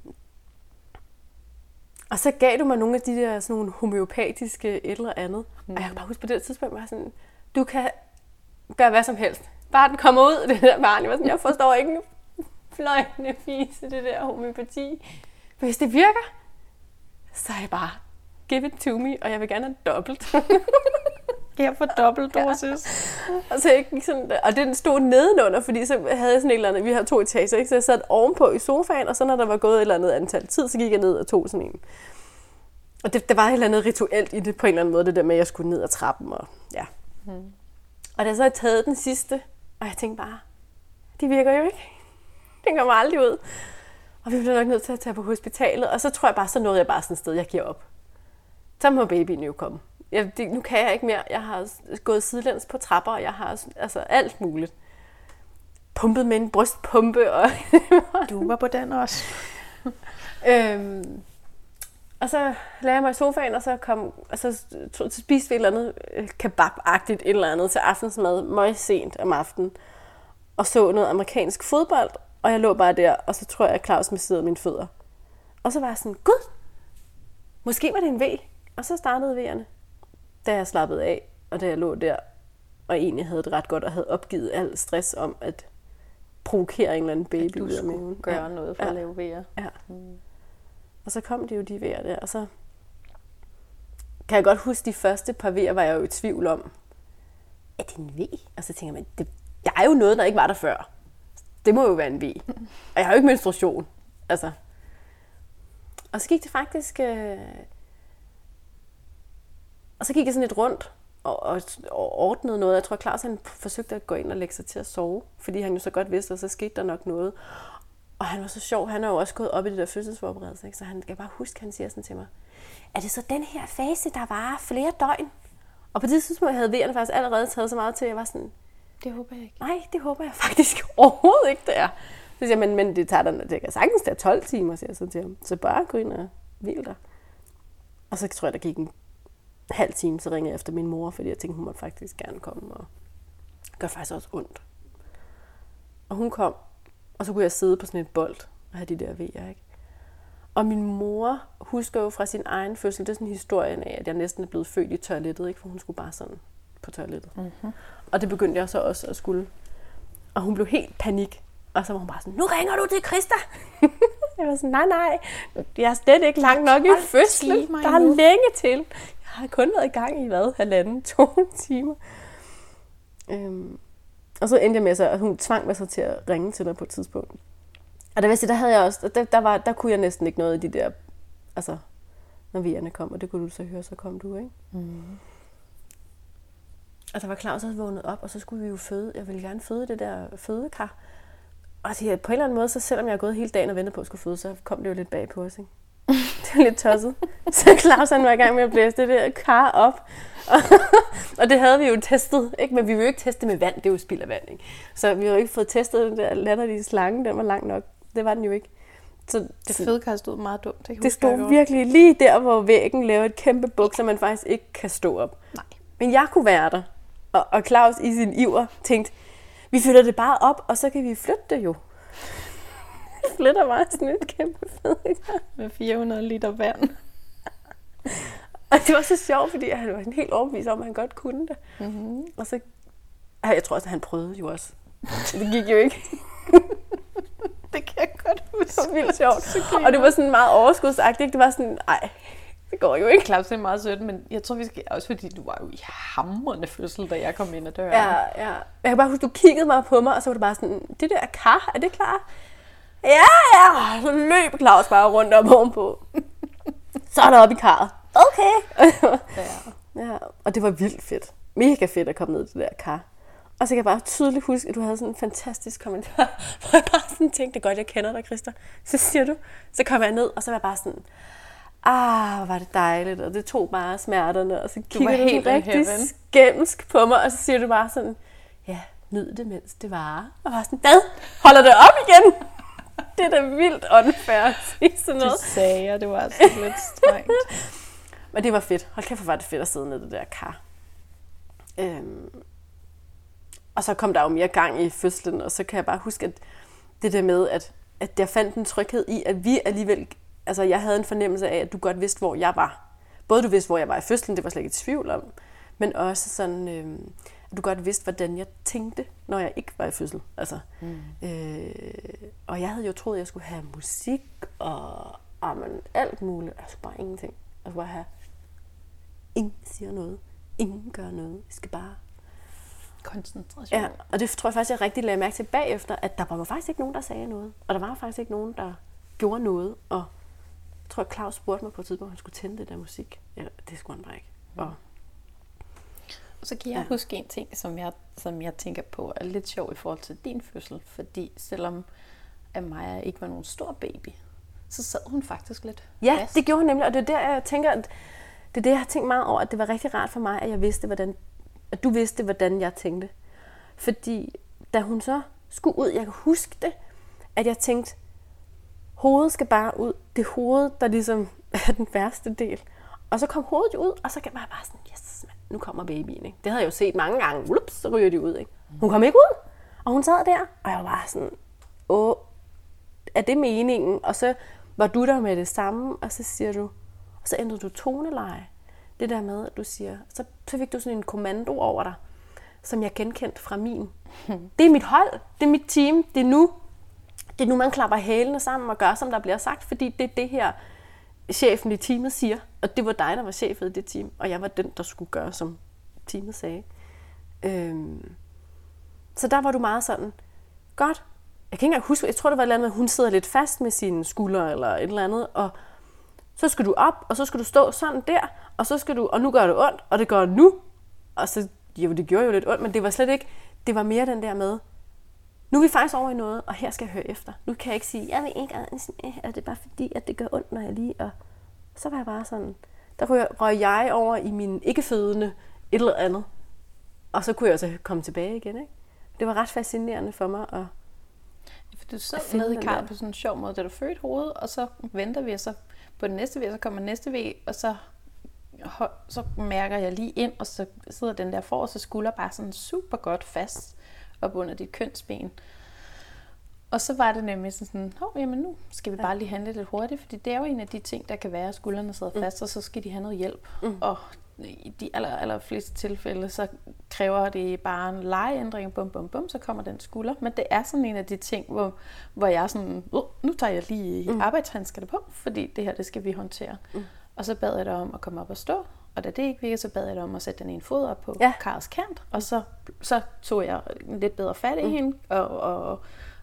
Og så gav du mig nogle af de der sådan nogle homeopatiske et eller andet. Mm. Og jeg kan bare huske på det tidspunkt, var sådan, du kan gøre hvad som helst. Bare den kommer ud, det der barn. Jeg var sådan, jeg forstår ikke en fløjtende fise, det der homeopati. Hvis det virker, så er jeg bare, give it to me, og jeg vil gerne have dobbelt. Jeg får dobbeltdosis. Ja. Og, så jeg gik sådan, og den stod nedenunder, fordi så havde jeg sådan et eller andet, vi har to etager, ikke? Så jeg sad ovenpå i sofaen, og så når der var gået et eller andet antal tid, så gik jeg ned og tog sådan en. Og det, der var et eller andet rituelt i det på en eller anden måde, det der med, at jeg skulle ned ad trappen. Og, ja. Hmm. og da så havde jeg taget den sidste, og jeg tænkte bare, de virker jo ikke. Den kommer aldrig ud. Og vi blev nok nødt til at tage på hospitalet, og så tror jeg bare, så nåede jeg bare sådan et sted, jeg giver op. Så må babyen jo komme. Jeg, det, nu kan jeg ikke mere. Jeg har gået sidelæns på trapper, og jeg har altså alt muligt. Pumpet med en brystpumpe. Og du var på den også. øhm, og så lagde jeg mig i sofaen, og så, kom, og så, så spiste vi et eller andet kebab-agtigt et eller andet til aftensmad, meget sent om aftenen. Og så noget amerikansk fodbold, og jeg lå bare der, og så tror jeg, at Claus masserede mine fødder. Og så var jeg sådan, gud, måske var det en V. Og så startede V'erne, da jeg slappede af, og da jeg lå der, og egentlig havde det ret godt, og havde opgivet al stress om at provokere en eller anden baby ud af maven. Gøre ja. noget for ja. At lave V'er. Ja. Mm. Og så kom det jo de V'er der, og så kan jeg godt huske, de første par V'er var jeg jo i tvivl om, er det en V? Og så tænker man, det, jeg er jo noget, der ikke var der før. Det må jo være en V. Og jeg har jo ikke menstruation. Altså. Og så gik det faktisk... Øh... Og så gik jeg sådan lidt rundt og, og, og ordnede noget. Jeg tror, Claus han forsøgte at gå ind og lægge sig til at sove, fordi han jo så godt vidste, og så skete der nok noget. Og han var så sjov. Han er jo også gået op i det der fødselsforberedelse, ikke? Så han kan bare huske, han siger sådan til mig, er det så den her fase, der varer flere døgn? Og på det tidspunkt havde V'erne faktisk allerede taget så meget til, at jeg var sådan, det håber jeg ikke. Nej, det håber jeg faktisk overhovedet ikke, det er. Så siger jeg, men, men det tager der, det kan sagtens tage tolv timer, siger jeg så til ham. Så bare gå ind og hvil dig. Og så tror jeg, der gik en halv time, så ringede jeg efter min mor, fordi jeg tænkte, hun måtte faktisk gerne komme, og det gør faktisk også ondt. Og hun kom, og så kunne jeg sidde på sådan et bold og have de der V'er, ikke? Og min mor husker jo fra sin egen fødsel, det er sådan en historien af, at jeg næsten er blevet født i toilettet, ikke? For hun skulle bare sådan på toilettet. Mm-hmm. Og det begyndte jeg så også at skulle. Og hun blev helt panik. Og så var hun bare sådan, nu ringer du til Christa. Jeg var sådan, nej, nej, jeg er slet ikke langt nok i fødslen. Der er længe til. Jeg har kun været i gang i hvad? Halvanden, to timer. Øhm. Og så endte jeg med, så, at hun tvang mig så til at ringe til mig på et tidspunkt. Og der, der havde jeg også, der, der, var, der kunne jeg næsten ikke noget i de der, altså, når V'erne kom, og det kunne du så høre, så kom du, ikke? Mm. Og der var Claus også vågnet op, og så skulle vi jo føde. Jeg ville gerne føde det der fødekar. Og så, på en eller anden måde, så selvom jeg har gået hele dagen og ventet på at skulle føde, så kom det jo lidt bag på os, ikke? Det var lidt tosset. Så Claus han var i gang med at blæse det der kar op. Og, og det havde vi jo testet, ikke? Men vi ville jo ikke teste med vand, det er jo spild af vand, ikke? Så vi har jo ikke fået testet den der latterlige slange, den var lang nok. Det var den jo ikke. Så det fødekar stod meget dumt. Det, det stod virkelig lige der, hvor væggen laver et kæmpe buk, så man faktisk ikke kan stå op. Nej. Men jeg kunne være der. Og, og Claus i sin iver tænkte, vi flytter det bare op, og så kan vi flytte det jo. Vi flytter bare sådan et kæmpe fødekar. Med fire hundrede liter vand. Og det var så sjovt, fordi han var helt overbevist om, at han godt kunne det. Mm-hmm. Og så, jeg tror også, at han prøvede jo også. Det gik jo ikke. Det kan jeg godt huske. Det var vildt sjovt. Og det var sådan meget overskudsagtigt. Det var sådan, nej, det går jo ikke. Claus er meget sødt, men jeg tror, vi skal også, fordi du var jo i hamrende fødsel, da jeg kom ind ad døren. Ja, ja. Jeg kan bare huske, du kiggede mig på mig, og så var det bare sådan, det der kar, er det klar? Ja, ja. Så løb Claus bare rundt om ovenpå. Så er der oppe i karret. Okay. Ja. Ja. Og det var vildt fedt. Mega fedt at komme ned i det der kar. Og så kan jeg bare tydeligt huske, at du havde sådan en fantastisk kommentar, hvor jeg bare sådan tænkte, godt, jeg kender dig, Christa. Så siger du, så kom jeg ned, og så var jeg bare sådan, ah, hvor var det dejligt, og det tog bare smerterne, og så kigger du, du helt rigtig skæmsk på mig, og så siger du bare sådan, ja, nyd det, mens det varer. Og var sådan, hvad? Holder det op igen? Det er da vildt unfair at sige sådan noget. Du sagde, og det var altså lidt strengt. Men det var fedt. Hold kæft, hvor var det fedt at sidde nede i det der kar. Øhm. Og så kom der jo mere gang i fødslen, og så kan jeg bare huske, at det der med, at, at jeg fandt en tryghed i, at vi alligevel, altså jeg havde en fornemmelse af, at du godt vidste, hvor jeg var. Både du vidste, hvor jeg var i fødslen, det var slet ikke i tvivl om, men også sådan, øh, at du godt vidste, hvordan jeg tænkte, når jeg ikke var i fødsel. Altså, mm. øh, og jeg havde jo troet, at jeg skulle have musik og amen, alt muligt. Jeg skulle bare ingenting. Jeg skulle bare have, ingen siger noget, ingen gør noget, jeg skal bare koncentration. Ja, og det tror jeg faktisk, jeg rigtig lagde mærke til bagefter, at der var faktisk ikke nogen, der sagde noget. Og der var faktisk ikke nogen, der gjorde noget. Og jeg tror, Claus spurgte mig på et tidspunkt, at han skulle tænde det der musik. Ja, det skulle han bare ikke. Og, og så kan jeg ja. huske en ting, som jeg, som jeg tænker på er lidt sjov i forhold til din fødsel. Fordi selvom at Maja ikke var nogen stor baby, så sad hun faktisk lidt ja, fast. Det gjorde hun nemlig. Og det er der, jeg tænker, at det er det, jeg har tænkt meget over, at det var rigtig rart for mig, at jeg vidste, hvordan, at du vidste, hvordan jeg tænkte. Fordi da hun så skulle ud, jeg kan huske det, at jeg tænkte, hovedet skal bare ud. Det er hovedet, der ligesom er den værste del. Og så kom hovedet jo ud, og så var jeg bare sådan, yes, man, nu kommer babyen. Ikke? Det havde jeg jo set mange gange. Ups, så ryger de ud. Ikke? Hun kom ikke ud, og hun sad der, og jeg var bare sådan, åh, er det meningen? Og så var du der med det samme, og så siger du, og så ændrede du toneleje. Det der med, at du siger, så, så fik du sådan en kommando over dig, som jeg genkendte fra min. Det er mit hold, det er mit team, det er nu. Det er nu, man klapper hælene sammen og gør, som der bliver sagt, fordi det er det her, chefen i teamet siger. Og det var dig, der var chefet i det team, og jeg var den, der skulle gøre, som teamet sagde. Øhm. Så der var du meget sådan, godt. Jeg kan ikke engang huske, jeg tror, det var et eller andet, hun sidder lidt fast med sine skuldre eller et eller andet, og så skal du op, og så skal du stå sådan der, og så skal du, og nu gør det ondt, og det gør det nu. Og så, jo, det gjorde jo lidt ondt, men det var slet ikke, det var mere den der med, nu er vi faktisk over i noget, og her skal jeg høre efter. Nu kan jeg ikke sige, jeg ved ikke, at det er bare fordi, at det gør ondt, når jeg lige, og så var jeg bare sådan, der røg, røg jeg over i min ikke-fødende et eller andet, og så kunne jeg så komme tilbage igen, ikke? Det var ret fascinerende for mig at For du sad nede i karret på sådan en sjov måde, da du fødte hovedet, og så venter vi, og så på den næste V, og så kommer næste V, og så, så mærker jeg lige ind, og så sidder den der forreste skulder bare sådan super godt fast op under dit kønsben. Og så var det nemlig sådan, hov, jamen nu skal vi bare lige handle lidt hurtigt, fordi det er jo en af de ting, der kan være, at skuldrene sidder fast, mm. og så skal de have noget hjælp. Mm. Og i de aller, aller fleste tilfælde, så kræver det bare en lejeændring, bum, bum, bum, så kommer den skulder. Men det er sådan en af de ting, hvor, hvor jeg er sådan, nu tager jeg lige mm. arbejdshandskerne på, fordi det her, det skal vi håndtere. Mm. Og så bad jeg dig om at komme op og stå, og da det ikke virkede, så bad jeg dig om at sætte den ene fod op på ja. Karls kant, og så, så tog jeg lidt bedre fat i mm. hende, og, og,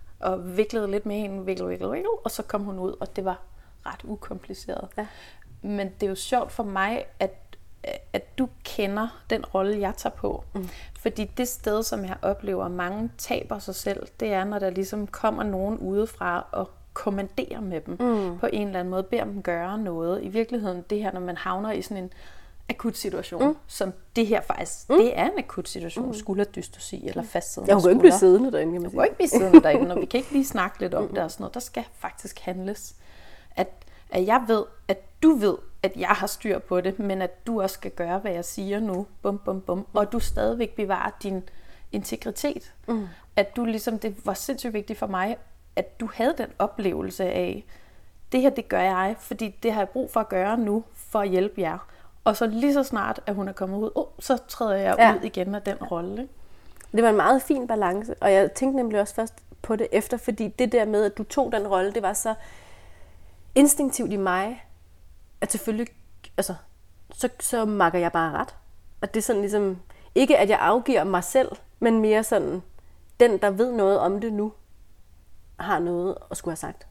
og viklede lidt med hende, vikle, vikle, vikle, og så kom hun ud, og det var ret ukompliceret. Ja. Men det er jo sjovt for mig, at at du kender den rolle, jeg tager på. Mm. Fordi det sted, som jeg oplever, mange taber sig selv, det er, når der ligesom kommer nogen udefra og kommanderer med dem mm. på en eller anden måde, beder dem gøre noget. I virkeligheden, det her, når man havner i sådan en akut situation, mm. som det her faktisk, mm. det er en akut situation, mm. skulderdystosi eller fastsiddende skulder. Jeg kunne ikke blive siddende derinde, kan man sige. Jeg kunne ikke blive siddende derinde, og vi kan ikke lige snakke lidt om mm. det og sådan noget. Der skal faktisk handles. At, at jeg ved, at du ved, at jeg har styr på det, men at du også skal gøre, hvad jeg siger nu, bum, bum, bum, og du stadigvæk bevarer din integritet. Mm. At du ligesom, det var sindssygt vigtigt for mig, at du havde den oplevelse af, det her, det gør jeg, fordi det har jeg brug for at gøre nu, for at hjælpe jer. Og så lige så snart, at hun er kommet ud, oh, så træder jeg ja. ud igen af den rolle. Det var en meget fin balance, og jeg tænkte nemlig også først på det efter, fordi det der med, at du tog den rolle, det var så instinktivt i mig, at selvfølgelig, altså, så, så makker jeg bare ret. Og det er sådan ligesom, ikke at jeg afgiver mig selv, men mere sådan, den der ved noget om det nu, har noget at skulle have sagt.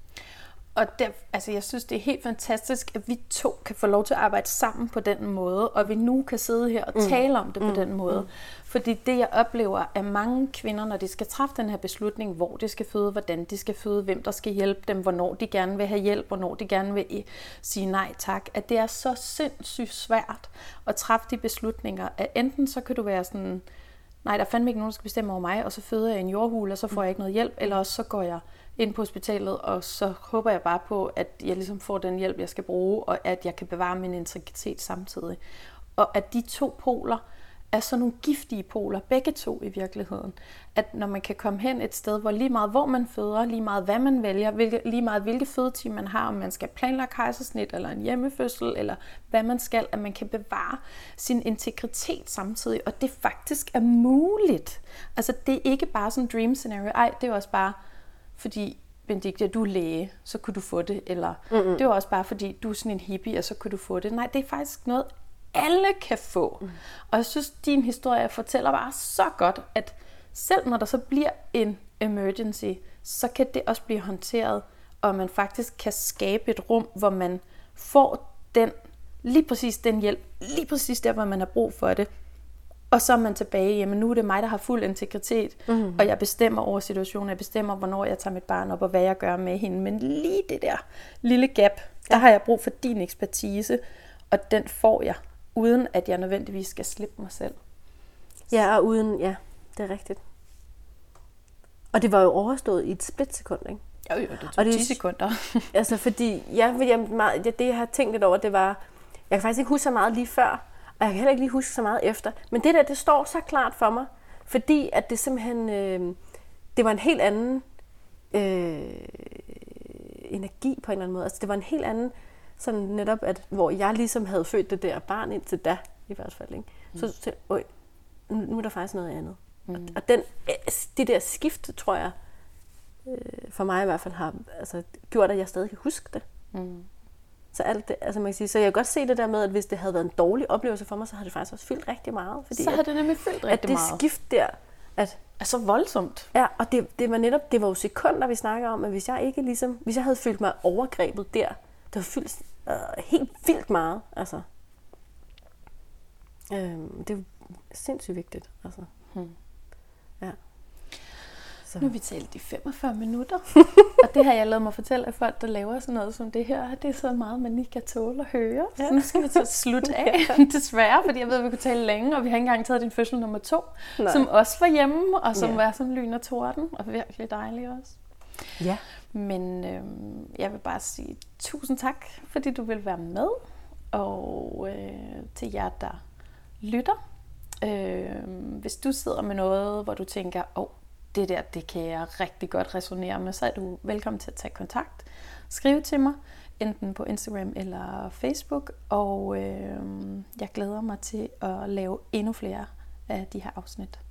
Og der, altså jeg synes, det er helt fantastisk, at vi to kan få lov til at arbejde sammen på den måde, og vi nu kan sidde her og mm. tale om det mm. på den måde. Mm. Fordi det, jeg oplever, er mange kvinder, når de skal træffe den her beslutning, hvor de skal føde, hvordan de skal føde, hvem der skal hjælpe dem, hvornår de gerne vil have hjælp, hvornår de gerne vil sige nej tak, at det er så sindssygt svært at træffe de beslutninger, at enten så kan du være sådan, nej, der er fandme ikke nogen, der skal bestemme over mig, og så føder jeg i en jordhule, og så får jeg ikke noget hjælp, eller også så går jeg ind på hospitalet, og så håber jeg bare på, at jeg ligesom får den hjælp, jeg skal bruge, og at jeg kan bevare min integritet samtidig. Og at de to poler er sådan nogle giftige poler, begge to i virkeligheden. At når man kan komme hen et sted, hvor lige meget hvor man føder, lige meget hvad man vælger, hvilke, lige meget hvilke fødeteam man har, om man skal planlægge kejsersnit eller en hjemmefødsel, eller hvad man skal, at man kan bevare sin integritet samtidig, og det faktisk er muligt. Altså det er ikke bare sådan en dream scenario, ej, det er også bare fordi, Benedikte, du er læge, så kunne du få det, eller mm-hmm. det var også bare fordi, du er sådan en hippie, og så kunne du få det. Nej, det er faktisk noget, alle kan få. Mm. Og jeg synes, din historie fortæller bare så godt, at selv når der så bliver en emergency, så kan det også blive håndteret, og man faktisk kan skabe et rum, hvor man får den, lige præcis den hjælp, lige præcis der, hvor man har brug for det. Og så er man tilbage, jamen nu er det mig, der har fuld integritet, mm. og jeg bestemmer over situationen, jeg bestemmer, hvornår jeg tager mit barn op, og hvad jeg gør med hende. Men lige det der lille gap, der har jeg brug for din ekspertise, og den får jeg uden at jeg nødvendigvis skal slippe mig selv. Ja, og uden, ja, det er rigtigt. Og det var jo overstået i et splitsekund, ikke? Jo, jo, det tog og det, ti sekunder. altså, fordi jeg, jeg, meget, det, jeg har tænkt lidt over, det var, jeg kan faktisk ikke huske så meget lige før, og jeg kan heller ikke lige huske så meget efter. Men det der, det står så klart for mig, fordi at det simpelthen, øh, det var en helt anden øh, energi på en eller anden måde. Altså, det var en helt anden, sådan netop, at, hvor jeg ligesom havde født det der barn indtil da, i hvert fald, ikke? Mm. Så, så øj, nu, nu er der faktisk noget andet. Mm. Og, og den, det der skift, tror jeg, øh, for mig i hvert fald har altså, gjort, at jeg stadig kan huske det. Mm. Så alt det, altså man kan sige, så jeg kan godt se det der med, at hvis det havde været en dårlig oplevelse for mig, så har det faktisk også fyldt rigtig meget. Fordi så har at, det nemlig fyldt rigtig at det meget. skift der, at er så voldsomt. Ja, og det, det var netop, det var jo sekunder, vi snakker om, at hvis jeg ikke ligesom, hvis jeg havde følt mig overgrebet der, det var fyldt øh, helt vildt meget, altså. Øh, det er jo sindssygt vigtigt, altså. Hmm. Ja. Så. Nu har vi talt i femogfyrre minutter, og det har jeg lavet mig fortælle af folk, der laver sådan noget som det her. Det er så meget, man ikke kan tåle at høre. Ja. Så nu skal vi til at slutte af, desværre, fordi jeg ved, at vi kunne tale længe, og vi har ikke engang taget din fødsel nummer to, Nej. som også var hjemme, og som ja. var som lyn og torden, og virkelig dejlig også. Ja. Men øh, jeg vil bare sige tusind tak, fordi du vil være med, og øh, til jer, der lytter. Øh, hvis du sidder med noget, hvor du tænker, åh, oh, det der, det kan jeg rigtig godt resonere med, så er du velkommen til at tage kontakt. Skriv til mig, enten på Instagram eller Facebook, og øh, jeg glæder mig til at lave endnu flere af de her afsnit.